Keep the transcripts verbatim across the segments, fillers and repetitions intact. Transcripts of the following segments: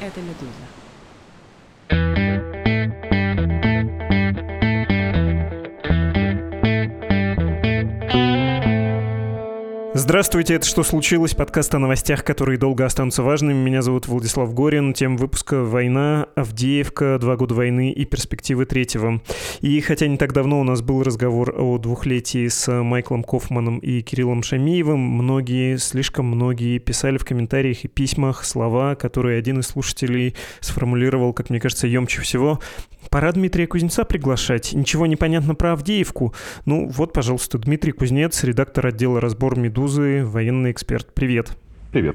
Это «Медуза». Здравствуйте, это «Что случилось?» Подкаст о новостях, которые долго останутся важными. Меня зовут Владислав Горин. Тема выпуска «Война», «Авдеевка», «Два года войны» и перспективы третьего. И хотя не так давно у нас был разговор о двухлетии с Майклом Кофманом и Кириллом Шамиевым, многие, слишком многие писали в комментариях и письмах слова, которые один из слушателей сформулировал, как мне кажется, емче всего. «Пора Дмитрия Кузнеца приглашать. Ничего не понятно про Авдеевку». Ну вот, пожалуйста, Дмитрий Кузнец, редактор отдела «Разбор Медузы», военный эксперт. Привет. Привет.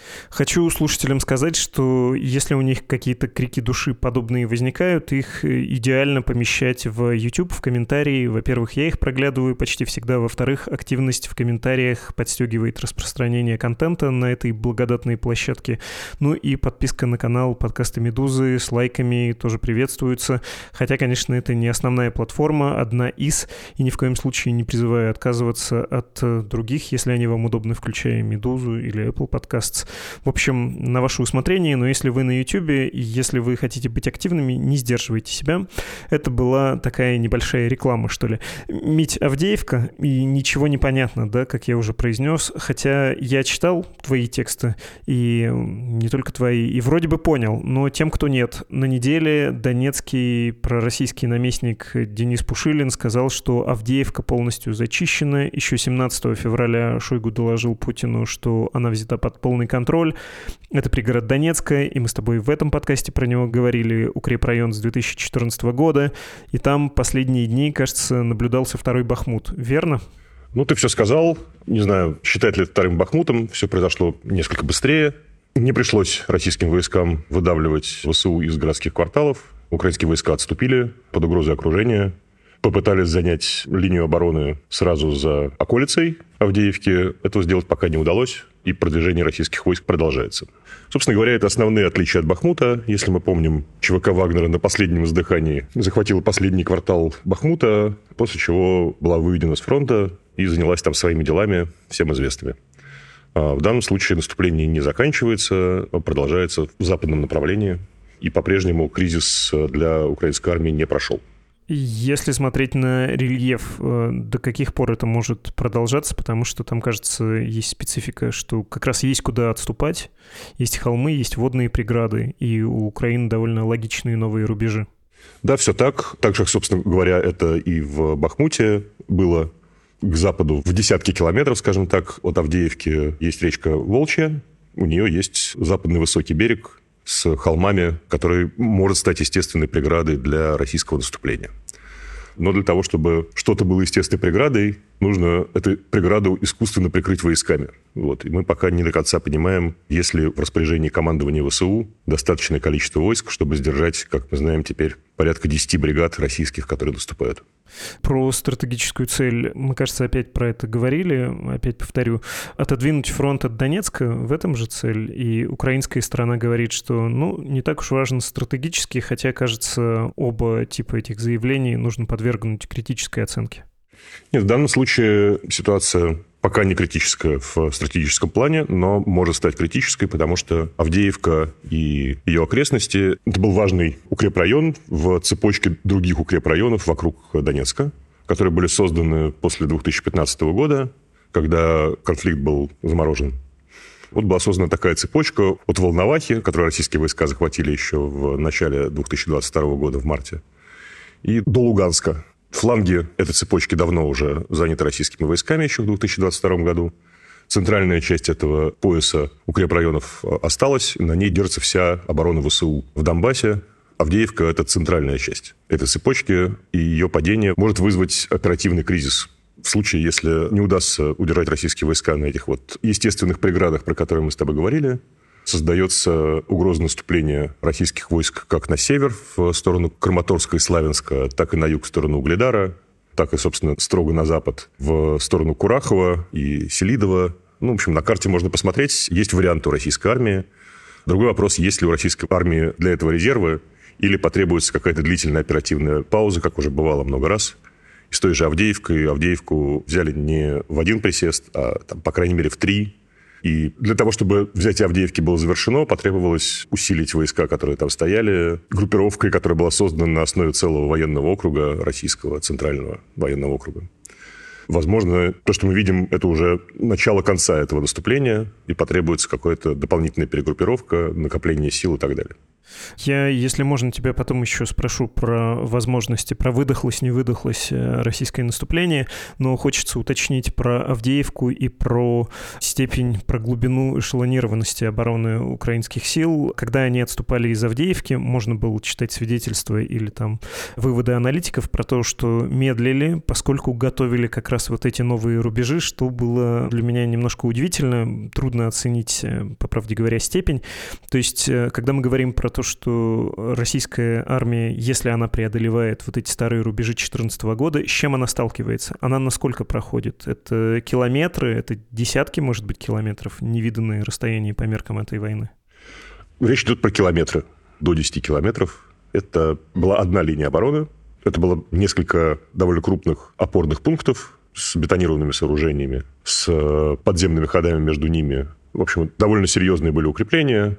Хочу слушателям сказать, что если у них какие-то крики души подобные возникают, их идеально помещать в YouTube, в комментарии. Во-первых, я их проглядываю почти всегда. Во-вторых, активность в комментариях подстегивает распространение контента на этой благодатной площадке. Ну и подписка на канал подкаста «Медузы» с лайками тоже приветствуется. Хотя, конечно, это не основная платформа, одна из. И ни в коем случае не призываю отказываться от других, если они вам удобны, включая «Медузу» или Apple Podcasts. В общем, на ваше усмотрение, но если вы на YouTube, и если вы хотите быть активными, не сдерживайте себя. Это была такая небольшая реклама, что ли. Мить, Авдеевка, и ничего не понятно, да, как я уже произнес, хотя я читал твои тексты, и не только твои, и вроде бы понял, но тем, кто нет. На неделе донецкий пророссийский наместник Денис Пушилин сказал, что Авдеевка полностью зачищена. Еще семнадцатого февраля Шойгу доложил Путину, что она взята под полный контроль. Контроль. Это пригород Донецка, и мы с тобой в этом подкасте про него говорили, укрепрайон с две тысячи четырнадцатого года, и там последние дни, кажется, наблюдался второй Бахмут. Верно? Ну, ты все сказал. Не знаю, считать ли это вторым Бахмутом. Все произошло несколько быстрее. Не пришлось российским войскам выдавливать ВСУ из городских кварталов. Украинские войска отступили под угрозой окружения. Попытались занять линию обороны сразу за околицей Авдеевки. Этого сделать пока не удалось, и продвижение российских войск продолжается. Собственно говоря, это основные отличия от Бахмута. Если мы помним, ЧВК Вагнера на последнем издыхании захватила последний квартал Бахмута, после чего была выведена с фронта и занялась там своими делами, всем известными. А в данном случае наступление не заканчивается, а продолжается в западном направлении, и по-прежнему кризис для украинской армии не прошел. Если смотреть на рельеф, до каких пор это может продолжаться? Потому что там, кажется, есть специфика, что как раз есть куда отступать. Есть холмы, есть водные преграды, и у Украины довольно логичные новые рубежи. Да, все так. Так же, собственно говоря, это и в Бахмуте было. К западу в десятки километров, скажем так, от Авдеевки есть речка Волчья. У нее есть западный высокий берег с холмами, который может стать естественной преградой для российского наступления. Но для того, чтобы что-то было естественной преградой, нужно эту преграду искусственно прикрыть войсками. Вот. И мы пока не до конца понимаем, есть ли в распоряжении командования ВСУ достаточное количество войск, чтобы сдержать, как мы знаем теперь, порядка десяти бригад российских, которые наступают. Про стратегическую цель мы, кажется, опять про это говорили. Опять повторю, отодвинуть фронт от Донецка — в этом же цель. И украинская сторона говорит, что ну, не так уж важно стратегически, хотя, кажется, оба типа этих заявлений нужно подвергнуть критической оценке. Нет, в данном случае ситуация пока не критическая в стратегическом плане, но может стать критической, потому что Авдеевка и ее окрестности – это был важный укрепрайон в цепочке других укрепрайонов вокруг Донецка, которые были созданы после две тысячи пятнадцатого года, когда конфликт был заморожен. Вот была создана такая цепочка от Волновахи, которую российские войска захватили еще в начале две тысячи двадцать второго года, в марте, и до Луганска. Фланги этой цепочки давно уже заняты российскими войсками еще в две тысячи двадцать втором году. Центральная часть этого пояса укрепрайонов осталась. На ней держится вся оборона ВСУ в Донбассе. Авдеевка – это центральная часть этой цепочки, и ее падение может вызвать оперативный кризис. В случае, если не удастся удержать российские войска на этих вот естественных преградах, про которые мы с тобой говорили, создается угроза наступления российских войск как на север, в сторону Краматорска и Славянска, так и на юг, в сторону Угледара, так и, собственно, строго на запад, в сторону Курахова и Селидова. Ну, в общем, на карте можно посмотреть. Есть варианты у российской армии. Другой вопрос, есть ли у российской армии для этого резервы, или потребуется какая-то длительная оперативная пауза, как уже бывало много раз. И с той же Авдеевкой Авдеевку взяли не в один присест, а, там, по крайней мере, в три. И для того, чтобы взятие Авдеевки было завершено, потребовалось усилить войска, которые там стояли, группировкой, которая была создана на основе целого военного округа, российского центрального военного округа. Возможно, то, что мы видим, это уже начало конца этого наступления, и потребуется какая-то дополнительная перегруппировка, накопление сил и так далее. Я, если можно, тебя потом еще спрошу про возможности, про выдохлось, не выдохлось российское наступление, но хочется уточнить про Авдеевку и про степень, про глубину эшелонированности обороны украинских сил. Когда они отступали из Авдеевки, можно было читать свидетельства или там выводы аналитиков про то, что медлили, поскольку готовили как раз вот эти новые рубежи, что было для меня немножко удивительно, трудно оценить, по правде говоря, степень. То есть, когда мы говорим про то, что российская армия, если она преодолевает вот эти старые рубежи две тысячи четырнадцатого года, с чем она сталкивается? Она насколько проходит? Это километры, это десятки, может быть, километров, невиданные расстояния по меркам этой войны? Речь идет про километры, до десяти километров. Это была одна линия обороны, это было несколько довольно крупных опорных пунктов с бетонированными сооружениями, с подземными ходами между ними. В общем, довольно серьезные были укрепления.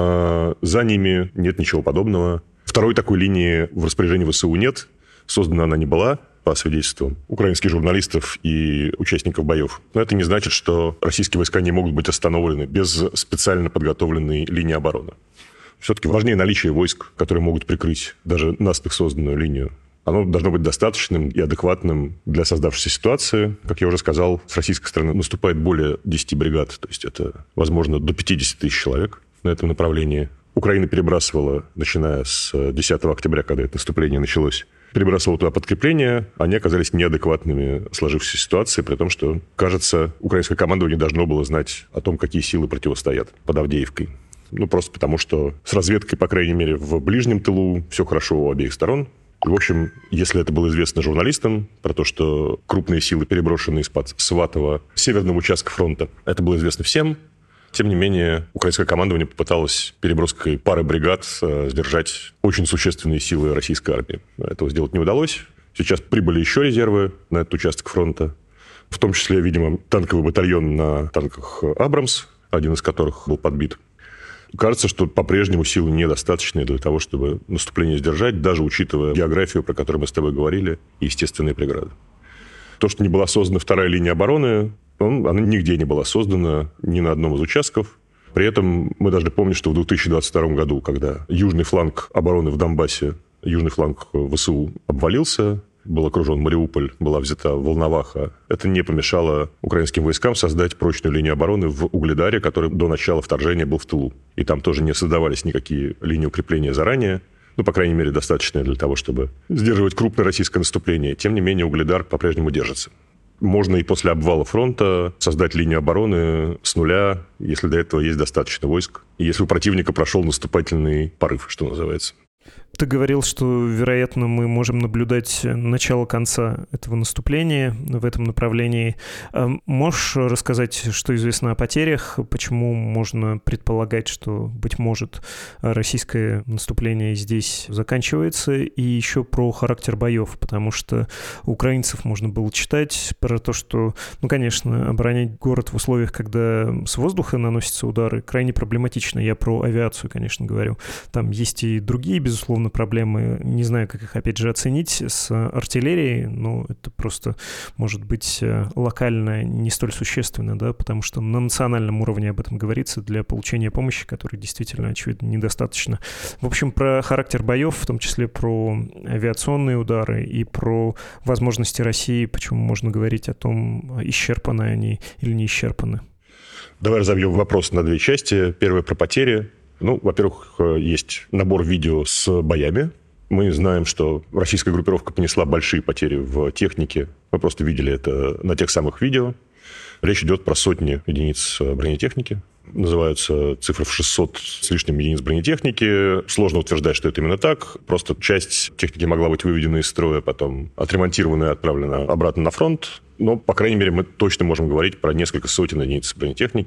За ними нет ничего подобного. Второй такой линии в распоряжении ВСУ нет. Создана она не была, по свидетельствам украинских журналистов и участников боев. Но это не значит, что российские войска не могут быть остановлены без специально подготовленной линии обороны. Все-таки важнее наличие войск, которые могут прикрыть даже наспех созданную линию. Оно должно быть достаточным и адекватным для создавшейся ситуации. Как я уже сказал, с российской стороны наступает более десяти бригад, то есть это, возможно, до пятидесяти тысяч человек на этом направлении. Украина перебрасывала, начиная с десятого октября, когда это наступление началось, перебрасывала туда подкрепления, они оказались неадекватными сложившейся ситуации, при том, что, кажется, украинское командование должно было знать о том, какие силы противостоят под Авдеевкой. Ну, просто потому, что с разведкой, по крайней мере, в ближнем тылу все хорошо у обеих сторон. В общем, если это было известно журналистам, про то, что крупные силы переброшены из-под Сватова северного участка фронта, это было известно всем. Тем не менее, украинское командование попыталось переброской пары бригад э, сдержать очень существенные силы российской армии. Этого сделать не удалось. Сейчас прибыли еще резервы на этот участок фронта. В том числе, видимо, танковый батальон на танках «Абрамс», один из которых был подбит. Кажется, что по-прежнему силы недостаточные для того, чтобы наступление сдержать, даже учитывая географию, про которую мы с тобой говорили, и естественные преграды. То, что не была создана вторая линия обороны, он, она нигде не была создана, ни на одном из участков. При этом мы должны помнить, что в две тысячи двадцать втором году, когда южный фланг обороны в Донбассе, южный фланг ВСУ обвалился, был окружен Мариуполь, была взята Волноваха. Это не помешало украинским войскам создать прочную линию обороны в Угледаре, который до начала вторжения был в тылу. И там тоже не создавались никакие линии укрепления заранее. Ну, по крайней мере, достаточные для того, чтобы сдерживать крупное российское наступление. Тем не менее, Угледар по-прежнему держится. Можно и после обвала фронта создать линию обороны с нуля, если до этого есть достаточно войск. И если у противника прошел наступательный порыв, что называется. Ты говорил, что, вероятно, мы можем наблюдать начало-конца этого наступления в этом направлении. Можешь рассказать, что известно о потерях? Почему можно предполагать, что, быть может, российское наступление здесь заканчивается? И еще про характер боев, потому что у украинцев можно было читать про то, что, ну, конечно, оборонять город в условиях, когда с воздуха наносятся удары, крайне проблематично. Я про авиацию, конечно, говорю. Там есть и другие, безусловно, проблемы, не знаю, как их, опять же, оценить с артиллерией, но это просто может быть локально не столь существенно, да, потому что на национальном уровне об этом говорится для получения помощи, которой действительно, очевидно, недостаточно. В общем, про характер боев, в том числе про авиационные удары и про возможности России, почему можно говорить о том, исчерпаны они или не исчерпаны. Давай разобьем вопрос на две части. Первое про потери. Ну, во-первых, есть набор видео с боями. Мы знаем, что российская группировка понесла большие потери в технике. Мы просто видели это на тех самых видео. Речь идет про сотни единиц бронетехники. Называются цифры в шестьсот с лишним единиц бронетехники. Сложно утверждать, что это именно так. Просто часть техники могла быть выведена из строя, потом отремонтирована и отправлена обратно на фронт. Но, по крайней мере, мы точно можем говорить про несколько сотен единиц бронетехники, что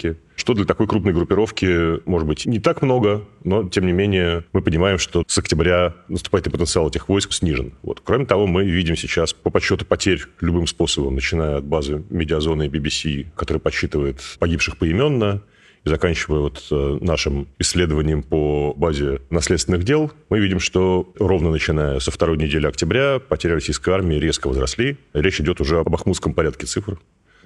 что для такой крупной группировки, может быть, не так много, но, тем не менее, мы понимаем, что с октября наступательный потенциал этих войск снижен. Вот. Кроме того, мы видим сейчас по подсчету потерь любым способом, начиная от базы медиазоны и би би си, которая подсчитывает погибших поименно, и заканчивая вот нашим исследованием по базе наследственных дел, мы видим, что ровно начиная со второй недели октября потери российской армии резко возросли. Речь идет уже об бахмутском порядке цифр.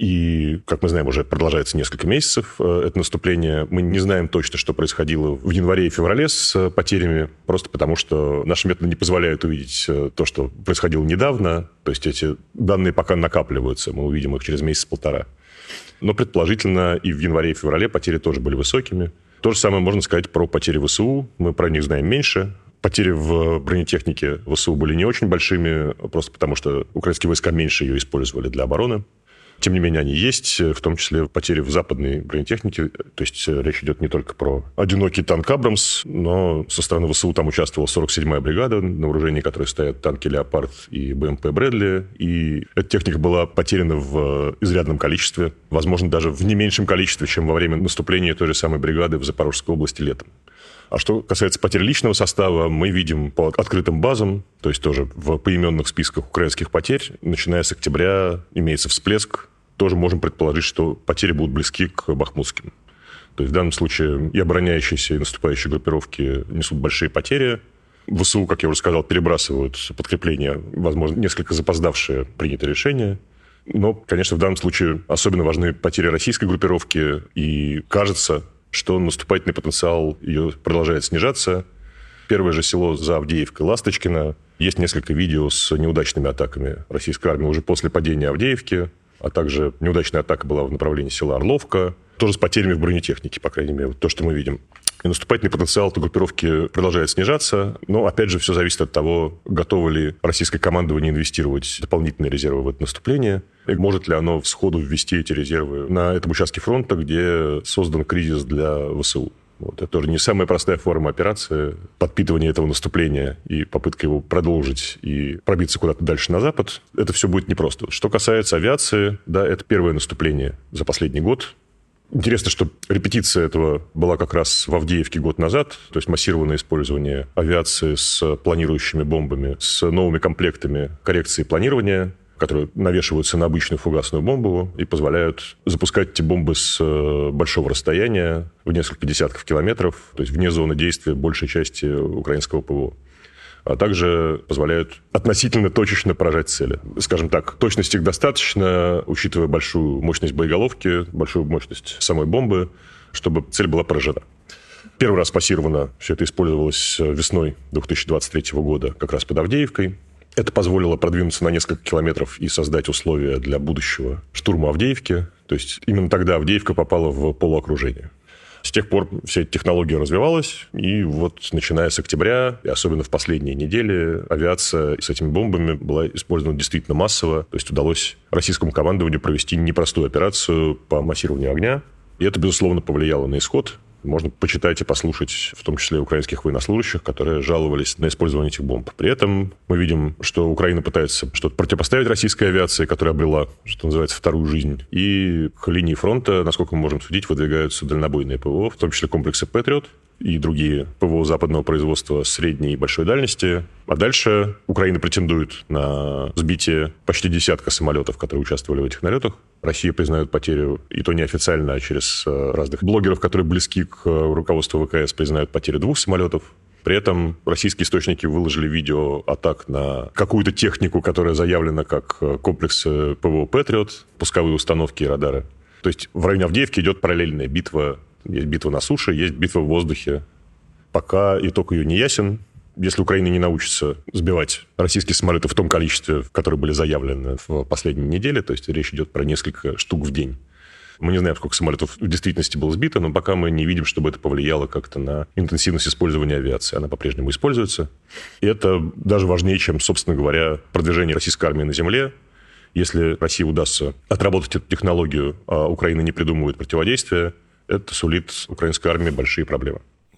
И, как мы знаем, уже продолжается несколько месяцев это наступление. Мы не знаем точно, что происходило в январе и феврале с потерями, просто потому что наши методы не позволяют увидеть то, что происходило недавно. То есть эти данные пока накапливаются, мы увидим их через месяц-полтора. Но, предположительно, и в январе и феврале потери тоже были высокими. То же самое можно сказать про потери ВСУ. Мы про них знаем меньше. Потери в бронетехнике ВСУ были не очень большими, просто потому что украинские войска меньше ее использовали для обороны. Тем не менее, они есть, в том числе потери в западной бронетехнике. То есть речь идет не только про одинокий танк «Абрамс», но со стороны ВСУ там участвовала сорок седьмая бригада, на вооружении которой стоят танки «Леопард» и БМП «Брэдли». И эта техника была потеряна в изрядном количестве, возможно, даже в не меньшем количестве, чем во время наступления той же самой бригады в Запорожской области летом. А что касается потерь личного состава, мы видим по открытым базам, то есть тоже в поименных списках украинских потерь, начиная с октября имеется всплеск. Тоже можем предположить, что потери будут близки к бахмутским. То есть в данном случае и обороняющиеся, и наступающие группировки несут большие потери. ВСУ, как я уже сказал, перебрасывают подкрепления, возможно, несколько запоздавшие принятые решения. Но, конечно, в данном случае особенно важны потери российской группировки, и кажется, что наступательный потенциал ее продолжает снижаться. Первое же село за Авдеевкой, Ласточкино. Есть несколько видео с неудачными атаками российской армии уже после падения Авдеевки, а также неудачная атака была в направлении села Орловка, тоже с потерями в бронетехнике, по крайней мере, вот то, что мы видим. И наступательный потенциал этой группировки продолжает снижаться, но, опять же, все зависит от того, готово ли российское командование инвестировать дополнительные резервы в это наступление, и может ли оно сходу ввести эти резервы на этом участке фронта, где создан кризис для ВСУ. Вот. Это тоже не самая простая форма операции, подпитывание этого наступления и попытка его продолжить и пробиться куда-то дальше на запад. Это все будет непросто. Что касается авиации, да, это первое наступление за последний год. Интересно, что репетиция этого была как раз в Авдеевке год назад, то есть массированное использование авиации с планирующими бомбами, с новыми комплектами коррекции планирования, которые навешиваются на обычную фугасную бомбу и позволяют запускать эти бомбы с большого расстояния, в несколько десятков километров, то есть вне зоны действия большей части украинского ПВО. А также позволяют относительно точечно поражать цели. Скажем так, точности их достаточно, учитывая большую мощность боеголовки, большую мощность самой бомбы, чтобы цель была поражена. Первый раз массированно все это использовалось весной две тысячи двадцать третьего года, как раз под Авдеевкой. Это позволило продвинуться на несколько километров и создать условия для будущего штурма Авдеевки. То есть именно тогда Авдеевка попала в полуокружение. С тех пор вся эта технология развивалась, и вот начиная с октября, и особенно в последние недели, авиация с этими бомбами была использована действительно массово. То есть удалось российскому командованию провести непростую операцию по массированию огня. И это, безусловно, повлияло на исход. Можно почитать и послушать, в том числе украинских военнослужащих, которые жаловались на использование этих бомб. При этом мы видим, что Украина пытается что-то противопоставить российской авиации, которая обрела, что называется, вторую жизнь. И к линии фронта, насколько мы можем судить, выдвигаются дальнобойные ПВО, в том числе комплексы «Патриот» и другие ПВО западного производства средней и большой дальности. А дальше Украина претендует на сбитие почти десятка самолетов, которые участвовали в этих налетах. Россия признает потерю, и то неофициально, а через разных блогеров, которые близки к руководству ВКС, признают потерю двух самолетов. При этом российские источники выложили видео атак на какую-то технику, которая заявлена как комплекс ПВО «Патриот», пусковые установки и радары. То есть в районе Авдеевки идет параллельная битва. Есть битва на суше, есть битва в воздухе. Пока итог ее не ясен. Если Украина не научится сбивать российские самолеты в том количестве, в которое были заявлены в последние недели, то есть речь идет про несколько штук в день. Мы не знаем, сколько самолетов в действительности было сбито, но пока мы не видим, чтобы это повлияло как-то на интенсивность использования авиации. Она по-прежнему используется. И это даже важнее, чем, собственно говоря, продвижение российской армии на земле. Если России удастся отработать эту технологию, а Украина не придумывает противодействия, это сулит украинской армии большие проблемы.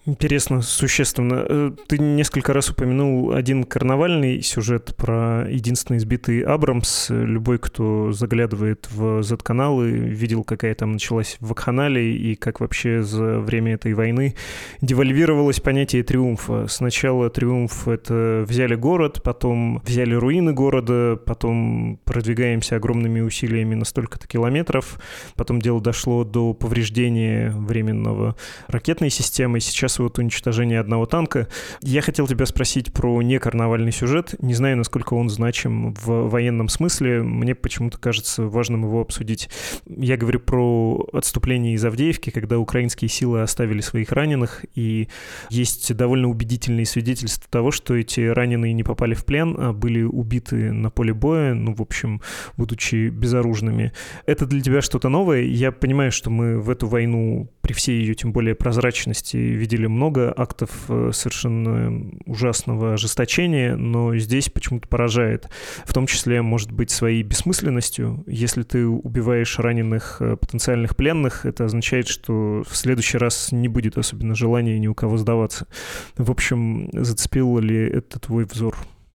Интересно, существенно. Ты несколько раз упомянул один карнавальный сюжет про единственный избитый Абрамс. Любой, кто заглядывает в зет-каналы, видел, какая там началась вакханалия и как вообще за время этой войны девальвировалось понятие триумфа. Сначала триумф — это взяли город, потом взяли руины города, потом продвигаемся огромными усилиями на столько-то километров, потом дело дошло до повреждения временного ракетной системы, сейчас вот уничтожение одного танка. Я хотел тебя спросить про некарнавальный сюжет. Не знаю, насколько он значим в военном смысле. Мне почему-то кажется важным его обсудить. Я говорю про отступление из Авдеевки, когда украинские силы оставили своих раненых, и есть довольно убедительные свидетельства того, что эти раненые не попали в плен, а были убиты на поле боя, ну, в общем, будучи безоружными. Это для тебя что-то новое? Я понимаю, что мы в эту войну, при всей ее, тем более, прозрачности, видели много актов совершенно ужасного ожесточения, но здесь почему-то поражает. В том числе, может быть, своей бессмысленностью. Если ты убиваешь раненых потенциальных пленных, это означает, что в следующий раз не будет особенно желания ни у кого сдаваться. В общем, зацепил ли это твой взор?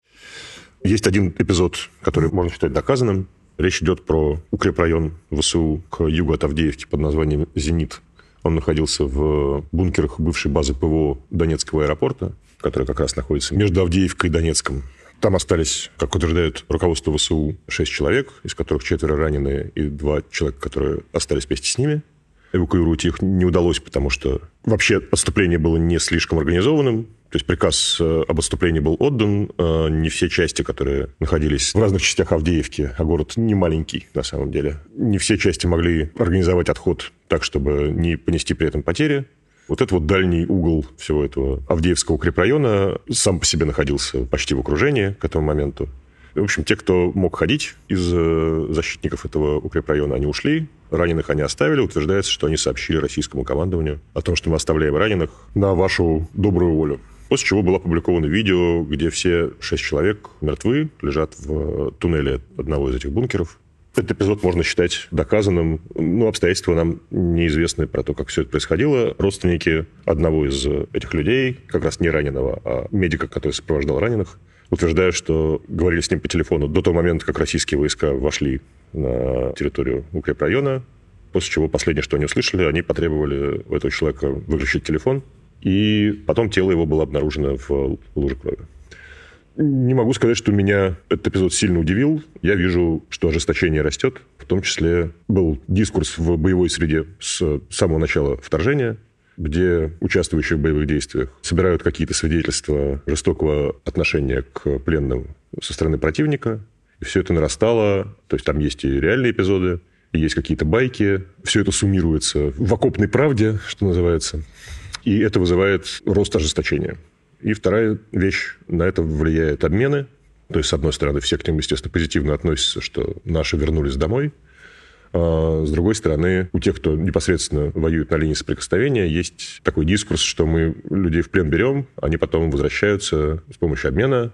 Есть один эпизод, который можно считать доказанным. Речь идет про укрепрайон ВСУ к югу от Авдеевки под названием «Зенит». Он находился в бункерах бывшей базы ПВО Донецкого аэропорта, которая как раз находится между Авдеевкой и Донецком. Там остались, как утверждает руководство ВСУ, шесть человек, из которых четверо раненые и два человека, которые остались вместе с ними. Эвакуировать их не удалось, потому что вообще отступление было не слишком организованным. То есть приказ об отступлении был отдан. Не все части, которые находились в разных частях Авдеевки, а город не маленький на самом деле, не все части могли организовать отход так, чтобы не понести при этом потери. Вот этот вот дальний угол всего этого Авдеевского укрепрайона сам по себе находился почти в окружении к этому моменту. В общем, те, кто мог ходить из защитников этого укрепрайона, они ушли. Раненых они оставили. Утверждается, что они сообщили российскому командованию о том, что мы оставляем раненых на вашу добрую волю. После чего было опубликовано видео, где все шесть человек мертвы, лежат в туннеле одного из этих бункеров. Этот эпизод можно считать доказанным. Ну, обстоятельства нам неизвестны про то, как все это происходило. Родственники одного из этих людей, как раз не раненого, а медика, который сопровождал раненых, утверждают, что говорили с ним по телефону до того момента, как российские войска вошли на территорию укрепрайона, после чего последнее, что они услышали, они потребовали у этого человека выключить телефон, и потом тело его было обнаружено в луже крови. Не могу сказать, что меня этот эпизод сильно удивил. Я вижу, что ожесточение растет. В том числе был дискурс в боевой среде с самого начала вторжения, где участвующие в боевых действиях собирают какие-то свидетельства жестокого отношения к пленным со стороны противника. И все это нарастало. То есть там есть и реальные эпизоды, и есть какие-то байки. Все это суммируется в окопной правде, что называется. И это вызывает рост ожесточения. И вторая вещь, на это влияет обмены. То есть, с одной стороны, все к ним, естественно, позитивно относятся, что наши вернулись домой. А с другой стороны, у тех, кто непосредственно воюет на линии соприкосновения, есть такой дискурс, что мы людей в плен берем, они потом возвращаются с помощью обмена,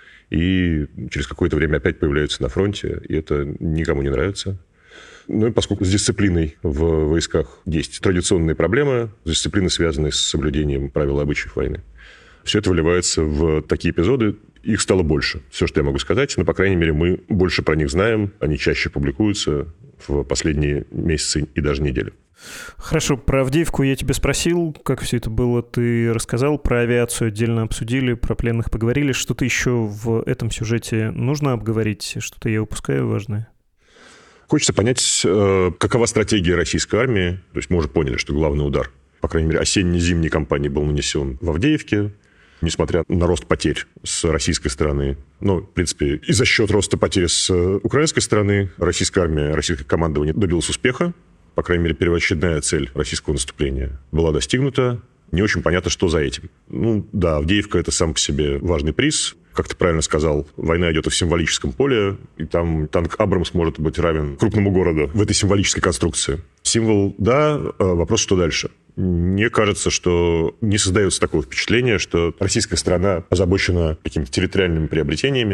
и через какое-то время опять появляются на фронте, и это никому не нравится. Ну и поскольку с дисциплиной в войсках есть традиционные проблемы, дисциплины, связанные с соблюдением правил и обычаев войны, все это выливается в такие эпизоды. Их стало больше. Все, что я могу сказать. Но, по крайней мере, мы больше про них знаем. Они чаще публикуются в последние месяцы и даже недели. Хорошо, про Авдеевку я тебя спросил, как все это было, ты рассказал, про авиацию отдельно обсудили, про пленных поговорили. Что-то еще в этом сюжете нужно обговорить? Что-то я упускаю важное? Хочется понять, какова стратегия российской армии. То есть мы уже поняли, что главный удар, по крайней мере, осенне-зимней кампании был нанесен в Авдеевке, несмотря на рост потерь с российской стороны. Ну, в принципе, и за счет роста потерь с украинской стороны российская армия, российское командование добилось успеха. По крайней мере, первоочередная цель российского наступления была достигнута. Не очень понятно, что за этим. Ну, да, Авдеевка – это сам по себе важный приз. Как ты правильно сказал, война идет в символическом поле, и там танк «Абрамс» может быть равен крупному городу в этой символической конструкции. Символ – да, вопрос, что дальше. Мне кажется, что не создается такого впечатления, что российская сторона озабочена какими-то территориальными приобретениями.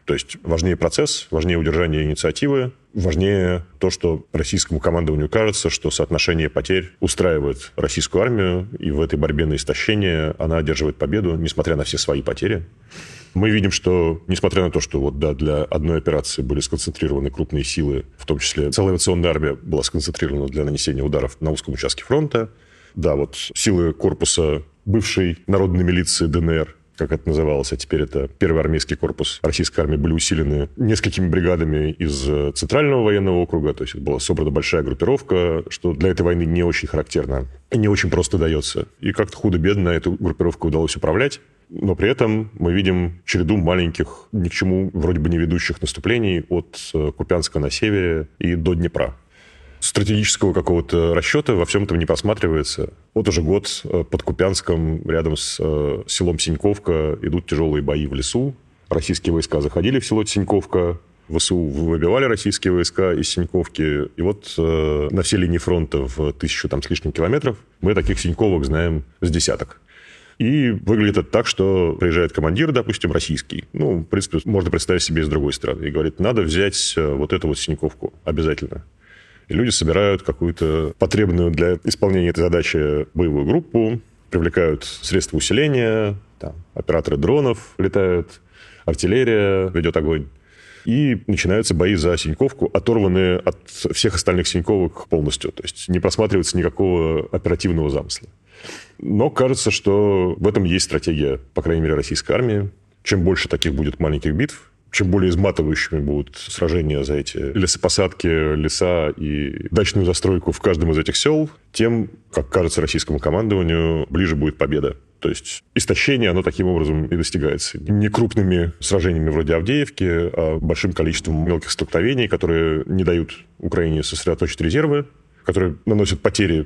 То есть важнее процесс, важнее удержание инициативы, важнее то, что российскому командованию кажется, что соотношение потерь устраивает российскую армию, и в этой борьбе на истощение она одерживает победу, несмотря на все свои потери. Мы видим, что, несмотря на то, что вот, да, для одной операции были сконцентрированы крупные силы, в том числе целая авиационная армия была сконцентрирована для нанесения ударов на узком участке фронта, да, вот силы корпуса бывшей народной милиции ДНР, как это называлось, а теперь это Первый армейский корпус российской армии, были усилены несколькими бригадами из Центрального военного округа, то есть это была собрана большая группировка, что для этой войны не очень характерно и не очень просто дается. И как-то худо-бедно эту группировку удалось управлять, но при этом мы видим череду маленьких, ни к чему вроде бы не ведущих наступлений от Купянска на севере и до Днепра. Стратегического какого-то расчета во всем этом не просматривается. Вот уже год под Купянском, рядом с э, селом Синьковка, идут тяжелые бои в лесу. Российские войска заходили в село Синьковка, ВСУ выбивали российские войска из Синьковки. И вот э, на всей линии фронта в тысячу там, с лишним километров мы таких Синьковок знаем с десяток. И выглядит это так, что приезжает командир, допустим, российский. Ну, в принципе, можно представить себе с другой стороны. И говорит, надо взять вот эту вот Синьковку обязательно. И люди собирают какую-то потребную для исполнения этой задачи боевую группу, привлекают средства усиления, там, операторы дронов летают, артиллерия ведет огонь. И начинаются бои за Синьковку, оторванные от всех остальных Синьковок полностью. То есть не просматривается никакого оперативного замысла. Но кажется, что в этом есть стратегия, по крайней мере, российской армии. Чем больше таких будет маленьких битв, чем более изматывающими будут сражения за эти лесопосадки, леса и дачную застройку в каждом из этих сел, тем, как кажется российскому командованию, ближе будет победа. То есть истощение, оно таким образом и достигается. Не крупными сражениями вроде Авдеевки, а большим количеством мелких столкновений, которые не дают Украине сосредоточить резервы, которые наносят потери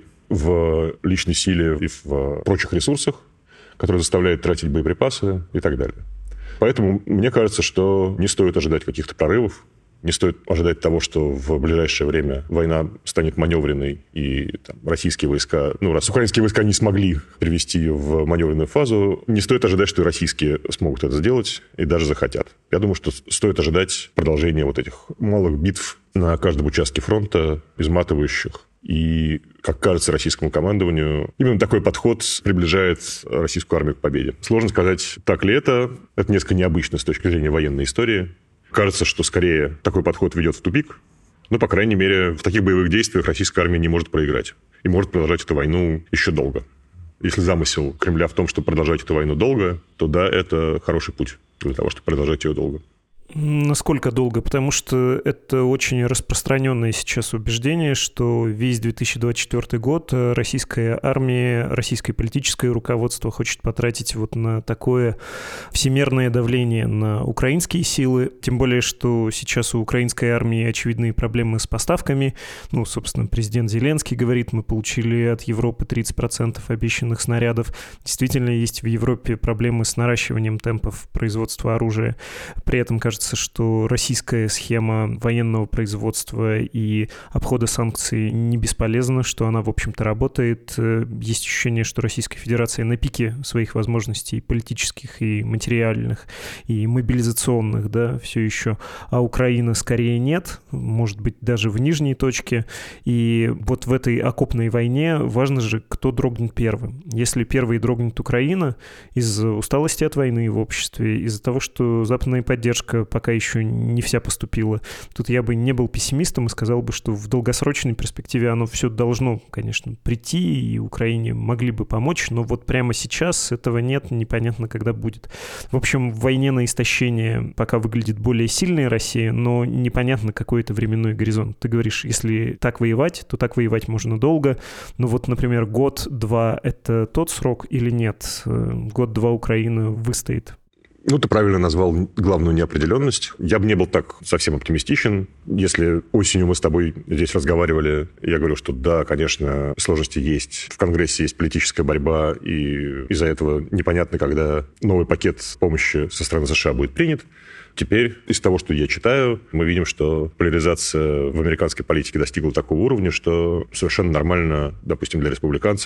в личной силе и в прочих ресурсах, которые заставляют тратить боеприпасы и так далее. Поэтому мне кажется, что не стоит ожидать каких-то прорывов, не стоит ожидать того, что в ближайшее время война станет маневренной, и там, российские войска, ну, раз украинские войска не смогли привести ее в маневренную фазу, не стоит ожидать, что и российские смогут это сделать, и даже захотят. Я думаю, что стоит ожидать продолжения вот этих малых битв на каждом участке фронта, изматывающих. И, как кажется российскому командованию, именно такой подход приближает российскую армию к победе. Сложно сказать, так ли это. Это несколько необычно с точки зрения военной истории. Кажется, что скорее такой подход ведет в тупик. Но, по крайней мере, в таких боевых действиях российская армия не может проиграть. И может продолжать эту войну еще долго. Если замысел Кремля в том, чтобы продолжать эту войну долго, то да, это хороший путь для того, чтобы продолжать ее долго. Насколько долго? Потому что это очень распространенное сейчас убеждение, что весь две тысячи двадцать четвёртый год российская армия, российское политическое руководство хочет потратить вот на такое всемирное давление на украинские силы. Тем более, что сейчас у украинской армии очевидные проблемы с поставками. Ну, собственно, президент Зеленский говорит, мы получили от Европы тридцать процентов обещанных снарядов. Действительно, есть в Европе проблемы с наращиванием темпов производства оружия. При этом, кажется, что российская схема военного производства и обхода санкций не бесполезна, что она, в общем-то, работает. Есть ощущение, что Российская Федерация на пике своих возможностей политических и материальных, и мобилизационных, да, все еще, а Украина скорее нет, может быть, даже в нижней точке. И вот в этой окопной войне важно же, кто дрогнет первым. Если первой дрогнет Украина из-за усталости от войны в обществе, из-за того, что западная поддержка пока еще не вся поступила. Тут я бы не был пессимистом и сказал бы, что в долгосрочной перспективе оно все должно, конечно, прийти, и Украине могли бы помочь, но вот прямо сейчас этого нет, непонятно, когда будет. В общем, в войне на истощение пока выглядит более сильная Россия, но непонятно, какой это временной горизонт. Ты говоришь, если так воевать, то так воевать можно долго, но вот, например, год-два — это тот срок или нет? Год-два Украина выстоит? Ну, ты правильно назвал главную неопределенность. Я бы не был так совсем оптимистичен. Если осенью мы с тобой здесь разговаривали, я говорил, что да, конечно, сложности есть. В Конгрессе есть политическая борьба, и из-за этого непонятно, когда новый пакет помощи со стороны США будет принят. Теперь, из того, что я читаю, мы видим, что поляризация в американской политике достигла такого уровня, что совершенно нормально, допустим, для республиканцев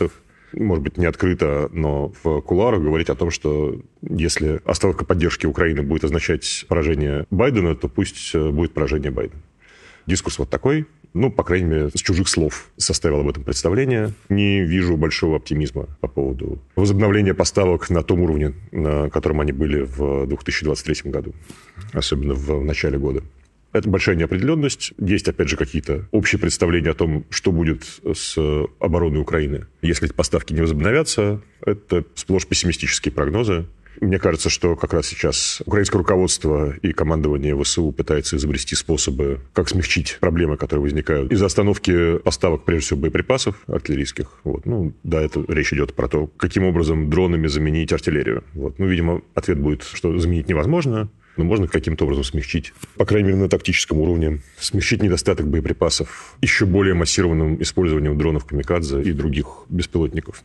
может быть, не открыто, но в кулуарах говорить о том, что если остановка поддержки Украины будет означать поражение Байдена, то пусть будет поражение Байдена. Дискурс вот такой. Ну, по крайней мере, с чужих слов составил об этом представление. Не вижу большого оптимизма по поводу возобновления поставок на том уровне, на котором они были в две тысячи двадцать третьем году, особенно в начале года. Это большая неопределенность. Есть, опять же, какие-то общие представления о том, что будет с обороной Украины. Если эти поставки не возобновятся, это сплошь пессимистические прогнозы. Мне кажется, что как раз сейчас украинское руководство и командование ВСУ пытается изобрести способы, как смягчить проблемы, которые возникают из-за остановки поставок, прежде всего, боеприпасов артиллерийских. Вот. Ну, да, это речь идет про то, каким образом дронами заменить артиллерию. Вот. Ну, видимо, ответ будет, что заменить невозможно, но можно каким-то образом смягчить, по крайней мере, на тактическом уровне, смягчить недостаток боеприпасов еще более массированным использованием дронов камикадзе и других беспилотников.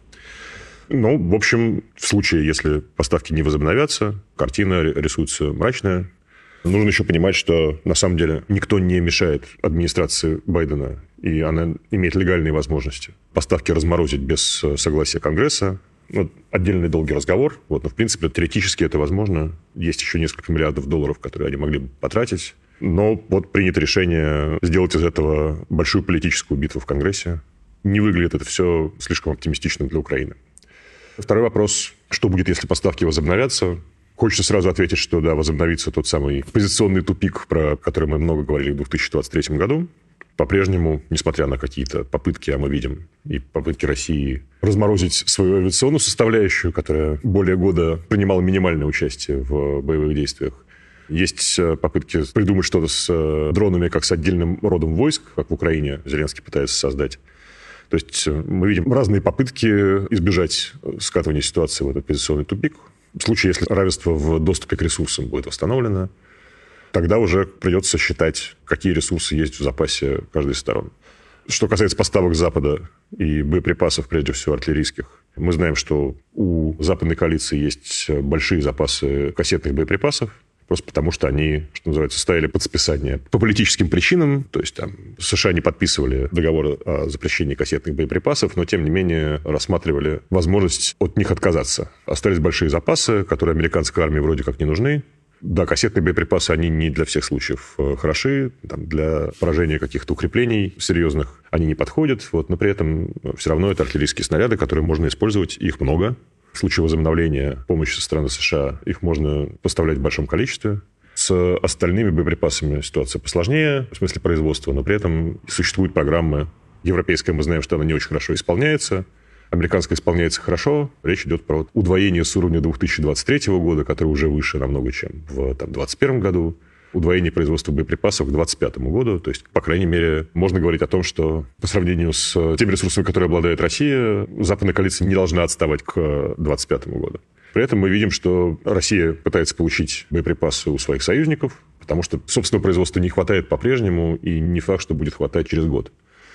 Ну, в общем, в случае, если поставки не возобновятся, картина рисуется мрачная. Нужно еще понимать, что на самом деле никто не мешает администрации Байдена, и она имеет легальные возможности поставки разморозить без согласия Конгресса. Вот, отдельный долгий разговор. Вот, но, в принципе, теоретически это возможно. Есть еще несколько миллиардов долларов, которые они могли бы потратить. Но вот принято решение сделать из этого большую политическую битву в Конгрессе. Не выглядит это все слишком оптимистичным для Украины. Второй вопрос. Что будет, если поставки возобновятся? Хочется сразу ответить, что да, возобновится тот самый позиционный тупик, про который мы много говорили в две тысячи двадцать третьем году. По-прежнему, несмотря на какие-то попытки, а мы видим, и попытки России разморозить свою авиационную составляющую, которая более года принимала минимальное участие в боевых действиях, есть попытки придумать что-то с дронами, как с отдельным родом войск, как в Украине Зеленский пытается создать. То есть мы видим разные попытки избежать скатывания ситуации в этот позиционный тупик. В случае, если равенство в доступе к ресурсам будет восстановлено, тогда уже придется считать, какие ресурсы есть в запасе каждой из сторон. Что касается поставок Запада и боеприпасов, прежде всего артиллерийских, мы знаем, что у западной коалиции есть большие запасы кассетных боеприпасов, просто потому что они, что называется, стояли под списание по политическим причинам. То есть там США не подписывали договор о запрещении кассетных боеприпасов, но, тем не менее, рассматривали возможность от них отказаться. Остались большие запасы, которые американской армии вроде как не нужны. Да, кассетные боеприпасы, они не для всех случаев хороши. Там, для поражения каких-то укреплений серьезных они не подходят. Вот, но при этом все равно это артиллерийские снаряды, которые можно использовать. Их много. В случае возобновления помощи со стороны США их можно поставлять в большом количестве. С остальными боеприпасами ситуация посложнее в смысле производства, но при этом существуют программы. Европейская, мы знаем, что она не очень хорошо исполняется. Американская исполняется хорошо. Речь идет про удвоение с уровня две тысячи двадцать третьего года, который уже выше намного, чем в две тысячи двадцать первом году. Удвоение производства боеприпасов к две тысячи двадцать пятому году. То есть, по крайней мере, можно говорить о том, что по сравнению с теми ресурсами, которые обладает Россия, западная коалиция не должна отставать к две тысячи двадцать пятому году. При этом мы видим, что Россия пытается получить боеприпасы у своих союзников, потому что собственного производства не хватает по-прежнему, и не факт, что будет хватать через год.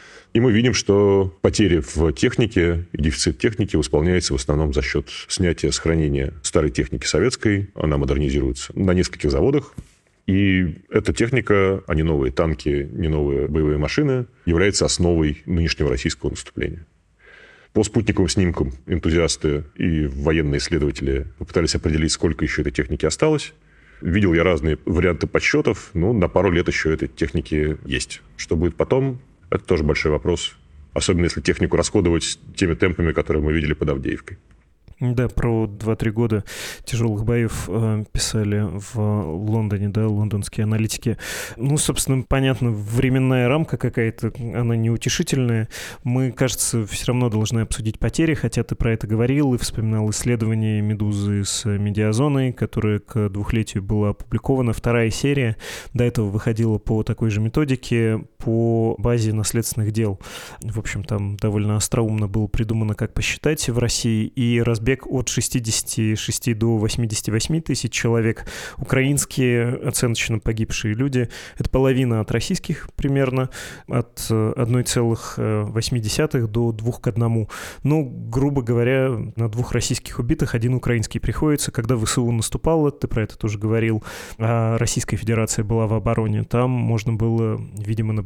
И мы видим, что потери в технике и дефицит техники восполняется в основном за счет снятия с хранения старой техники советской. Она модернизируется на нескольких заводах. И эта техника, а не новые танки, не новые боевые машины, является основой нынешнего российского наступления. По спутниковым снимкам энтузиасты и военные исследователи попытались определить, сколько еще этой техники осталось. Видел я разные варианты подсчетов, но на пару лет еще этой техники есть. Что будет потом, это тоже большой вопрос. Особенно если технику расходовать теми темпами, которые мы видели под Авдеевкой. Да, про два-три года тяжелых боев э, писали в Лондоне, да, лондонские аналитики. Ну, собственно, понятно, временная рамка какая-то, она неутешительная. Мы, кажется, все равно должны обсудить потери, хотя ты про это говорил и вспоминал исследование «Медузы» с медиазоной, которое к двухлетию было опубликовано. Вторая серия до этого выходила по такой же методике, по базе наследственных дел. В общем, там довольно остроумно было придумано, как посчитать в России, и разбег от шестидесяти шести до восьмидесяти восьми тысяч человек. Украинские оценочно погибшие люди — это половина от российских примерно, от одна целая восемь десятых до двух к одному. Ну, грубо говоря, на двух российских убитых один украинский приходится. Когда ВСУ наступало, ты про это тоже говорил, а Российская Федерация была в обороне, там можно было, видимо, наблюдать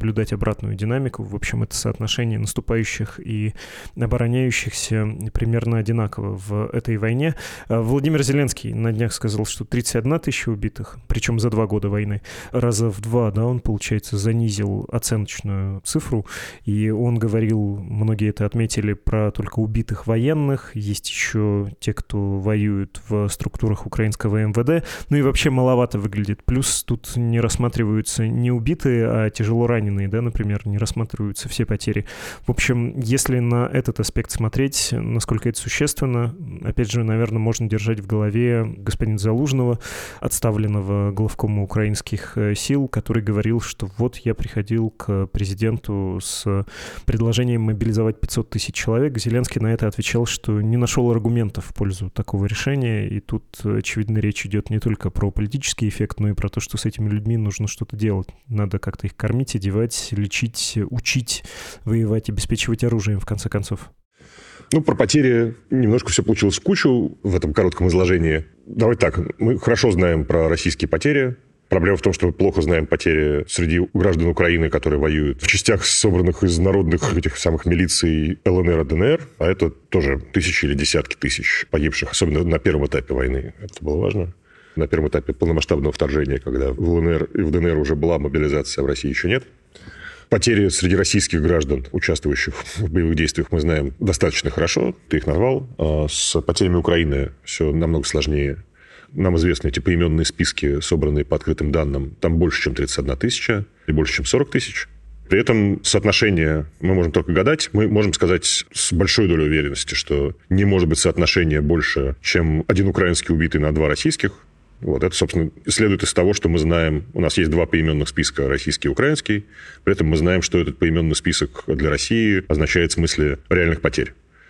наблюдать обратную динамику. В общем, это соотношение наступающих и обороняющихся примерно одинаково в этой войне. Владимир Зеленский на днях сказал, что тридцать одна тысяча убитых, причем за два года войны. Раза в два, да, он, получается, занизил оценочную цифру, и он говорил, многие это отметили, про только убитых военных, есть еще те, кто воюет в структурах украинского эм вэ дэ, ну и вообще маловато выглядит. Плюс тут не рассматриваются не убитые, а тяжело раненые, да, например, не рассматриваются все потери. В общем, если на этот аспект смотреть, насколько это существенно, опять же, наверное, можно держать в голове господина Залужного, отставленного главкома украинских сил, который говорил, что вот я приходил к президенту с предложением мобилизовать пятьсот тысяч человек. Зеленский на это отвечал, что не нашел аргументов в пользу такого решения, и тут, очевидно, речь идет не только про политический эффект, но и про то, что с этими людьми нужно что-то делать. Надо как-то их кормить, одевать, лечить, учить, воевать, обеспечивать оружием, в конце концов. Ну, про потери немножко все получилось в кучу в этом коротком изложении. Давайте так, мы хорошо знаем про российские потери. Проблема в том, что мы плохо знаем потери среди граждан Украины, которые воюют в частях, собранных из народных этих самых милиций эл эн эр и дэ эн эр. А это тоже тысячи или десятки тысяч погибших, особенно на первом этапе войны. Это было важно. На первом этапе полномасштабного вторжения, когда в эл эн эр и в дэ эн эр уже была мобилизация, а в России еще нет. Потери среди российских граждан, участвующих в боевых действиях, мы знаем достаточно хорошо. Ты их назвал. А с потерями Украины все намного сложнее. Нам известны эти поименные списки, собранные по открытым данным. Там больше, чем тридцать одна тысяча и больше, чем сорок тысяч. При этом соотношение мы можем только гадать. Мы можем сказать с большой долей уверенности, что не может быть соотношение больше, чем один украинский убитый на два российских. Вот это, собственно, следует из того, что мы знаем. У нас есть два поименных списка, российский и украинский. При этом мы знаем, что этот поименный список для России означает в смысле реальных потерь.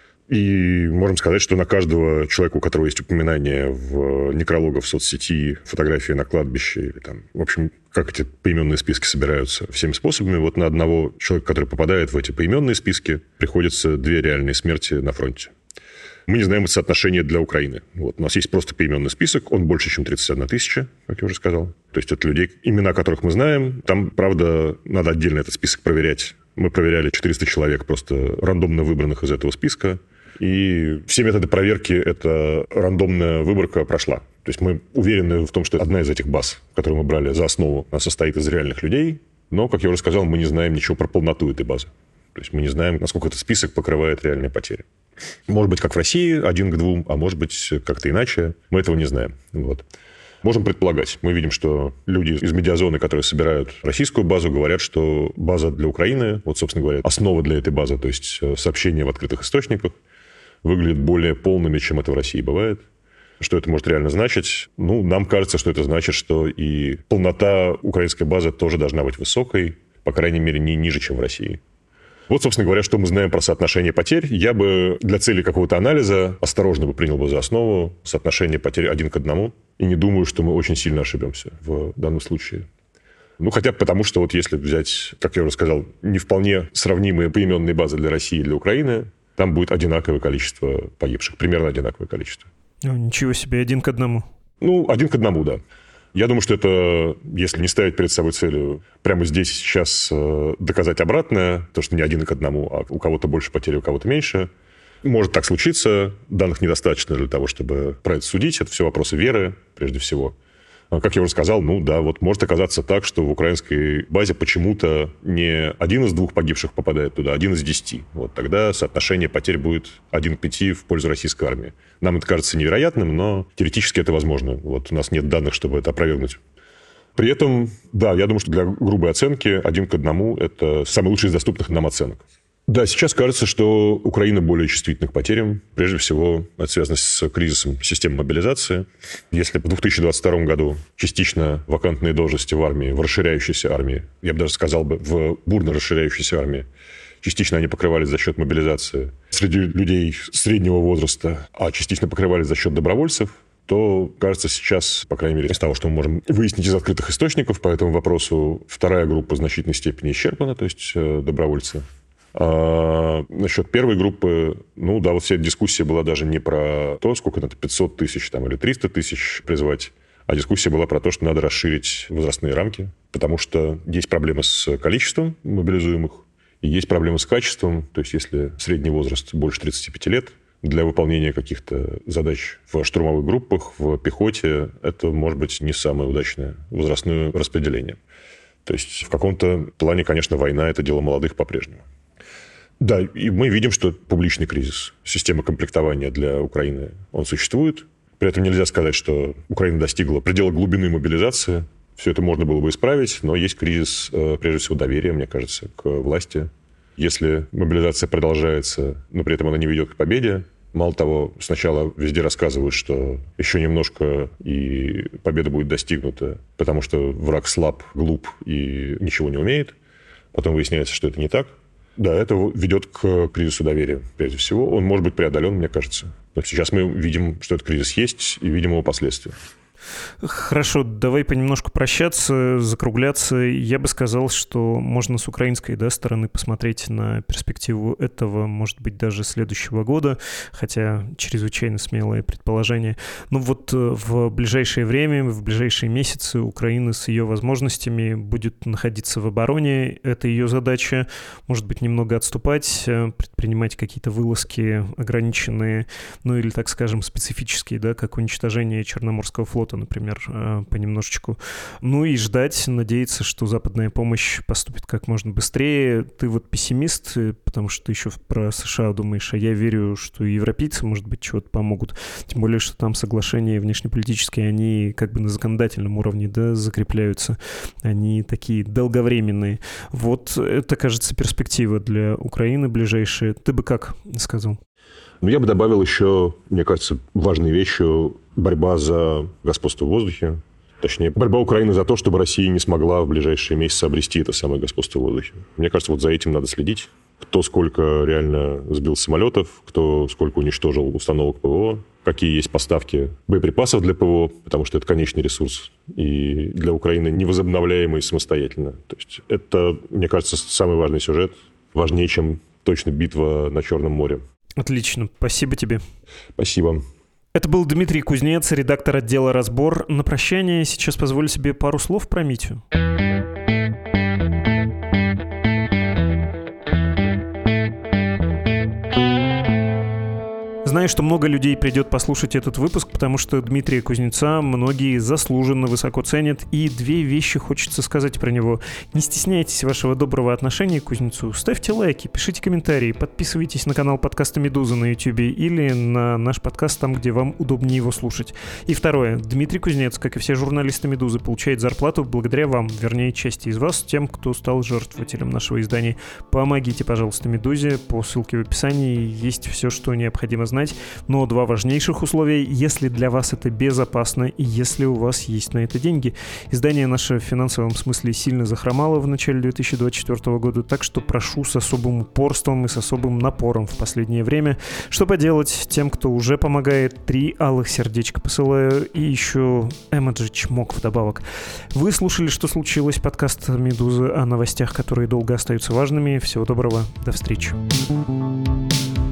И можем сказать, что на каждого человека, у которого есть упоминание в некрологах в соцсети, фотографии на кладбище, или там, в общем, как эти поименные списки собираются всеми способами, вот на одного человека, который попадает в эти поименные списки, приходится две реальные смерти на фронте. Мы не знаем соотношение для Украины. Вот. У нас есть просто поименный список, он больше, чем тридцать одна тысяча, как я уже сказал. То есть это людей, имена которых мы знаем. Там, правда, надо отдельно этот список проверять. Мы проверяли четыреста человек, просто рандомно выбранных из этого списка. И все методы проверки эта рандомная выборка прошла. То есть мы уверены в том, что одна из этих баз, которую мы брали за основу, она состоит из реальных людей. Но, как я уже сказал, мы не знаем ничего про полноту этой базы. То есть мы не знаем, насколько этот список покрывает реальные потери. Может быть, как в России, один к двум, а может быть, как-то иначе. Мы этого не знаем. Вот. Можем предполагать. Мы видим, что люди из медиазоны, которые собирают российскую базу, говорят, что база для Украины, вот, собственно говоря, основа для этой базы, то есть сообщения в открытых источниках, выглядят более полными, чем это в России бывает. Что это может реально значить? Ну, нам кажется, что это значит, что и полнота украинской базы тоже должна быть высокой, по крайней мере, не ниже, чем в России. Вот, собственно говоря, что мы знаем про соотношение потерь. Я бы для цели какого-то анализа осторожно бы принял бы за основу соотношение потерь один к одному. И не думаю, что мы очень сильно ошибемся в данном случае. Ну, хотя бы потому, что вот если взять, как я уже сказал, не вполне сравнимые поименные базы для России и для Украины, там будет одинаковое количество погибших, примерно одинаковое количество. Ну, ничего себе, один к одному. Ну, один к одному, да. Я думаю, что это, если не ставить перед собой целью прямо здесь и сейчас доказать обратное, то, что не один к одному, а у кого-то больше потерь, у кого-то меньше, может так случиться. Данных недостаточно для того, чтобы про это судить. Это все вопросы веры, прежде всего. Как я уже сказал, ну да, вот может оказаться так, что в украинской базе почему-то не один из двух погибших попадает туда, а один из десяти. Вот тогда соотношение потерь будет один к пяти в пользу российской армии. Нам это кажется невероятным, но теоретически это возможно. Вот у нас нет данных, чтобы это опровергнуть. При этом, да, я думаю, что для грубой оценки один к одному это самый лучший из доступных нам оценок. Да, сейчас кажется, что Украина более чувствительна к потерям. Прежде всего, это связано с кризисом системы мобилизации. Если в две тысячи двадцать втором году частично вакантные должности в армии, в расширяющейся армии, я бы даже сказал бы, в бурно расширяющейся армии, частично они покрывались за счет мобилизации среди людей среднего возраста, а частично покрывались за счет добровольцев, то, кажется, сейчас, по крайней мере, из того, что мы можем выяснить из открытых источников по этому вопросу, вторая группа в значительной степени исчерпана, то есть добровольцы. А насчет первой группы, ну да, вот вся эта дискуссия была даже не про то, сколько надо, пятьсот тысяч там, или триста тысяч призвать, А дискуссия была про то, что надо расширить возрастные рамки, потому что есть проблемы с количеством мобилизуемых, и есть проблемы с качеством. То есть если средний возраст больше тридцати пяти лет, для выполнения каких-то задач в штурмовых группах, в пехоте, это может быть не самое удачное возрастное распределение. То есть в каком-то плане, конечно, война – это дело молодых по-прежнему. Да, и мы видим, что публичный кризис системы комплектования для Украины, он существует. При этом нельзя сказать, что Украина достигла предела глубины мобилизации. Все это можно было бы исправить, но есть кризис, прежде всего, доверия, мне кажется, к власти. Если мобилизация продолжается, но при этом она не ведет к победе, мало того, сначала везде рассказывают, что еще немножко и победа будет достигнута, потому что враг слаб, глуп и ничего не умеет. Потом выясняется, что это не так. Да, это ведет к кризису доверия, прежде всего. Он может быть преодолен, мне кажется. Но сейчас мы видим, что этот кризис есть, и видим его последствия. Хорошо, давай понемножку прощаться, закругляться. Я бы сказал, что можно с украинской, да, стороны посмотреть на перспективу этого, может быть, даже следующего года, хотя чрезвычайно смелое предположение. Но вот в ближайшее время, в ближайшие месяцы Украина с ее возможностями будет находиться в обороне. Это ее задача. Может быть, немного отступать, предпринимать какие-то вылазки ограниченные, ну или, так скажем, специфические, да, как уничтожение Черноморского флота, например, понемножечку. Ну и ждать, надеяться, что западная помощь поступит как можно быстрее. Ты вот пессимист, потому что ты еще про США думаешь, а я верю, что и европейцы, может быть, чего-то помогут. Тем более, что там соглашения внешнеполитические, они как бы на законодательном уровне, да, закрепляются. Они такие долговременные. Вот это, кажется, перспектива для Украины ближайшая. Ты бы как сказал? Ну, я бы добавил еще, мне кажется, важной вещью борьба за господство в воздухе. Точнее, борьба Украины за то, чтобы Россия не смогла в ближайшие месяцы обрести это самое господство в воздухе. Мне кажется, вот за этим надо следить. Кто сколько реально сбил самолетов, кто сколько уничтожил установок ПВО, какие есть поставки боеприпасов для ПВО, потому что это конечный ресурс, и для Украины невозобновляемый самостоятельно. То есть это, мне кажется, самый важный сюжет, важнее, чем точно битва на Черном море. Отлично. Спасибо тебе. Спасибо. Это был Дмитрий Кузнец, редактор отдела «Разбор». На прощание сейчас позволю себе пару слов про Митю. Знаю, что много людей придет послушать этот выпуск, потому что Дмитрия Кузнеца многие заслуженно высоко ценят, и две вещи хочется сказать про него. Не стесняйтесь вашего доброго отношения к Кузнецу, ставьте лайки, пишите комментарии, подписывайтесь на канал подкаста «Медуза» на YouTube или на наш подкаст там, где вам удобнее его слушать. И второе. Дмитрий Кузнец, как и все журналисты «Медузы», получает зарплату благодаря вам, вернее, части из вас, тем, кто стал жертвователем нашего издания. Помогите, пожалуйста, «Медузе», по ссылке в описании есть все, что необходимо знать. Но два важнейших условия, если для вас это безопасно и если у вас есть на это деньги. Издание наше в финансовом смысле сильно захромало в начале две тысячи двадцать четвёртого года, так что прошу с особым упорством и с особым напором в последнее время. Что поделать, тем, кто уже помогает, три алых сердечка посылаю и еще эмоджи чмок вдобавок. Вы слушали «Что случилось?» подкаст «Медузы» о новостях, которые долго остаются важными. Всего доброго, до встречи.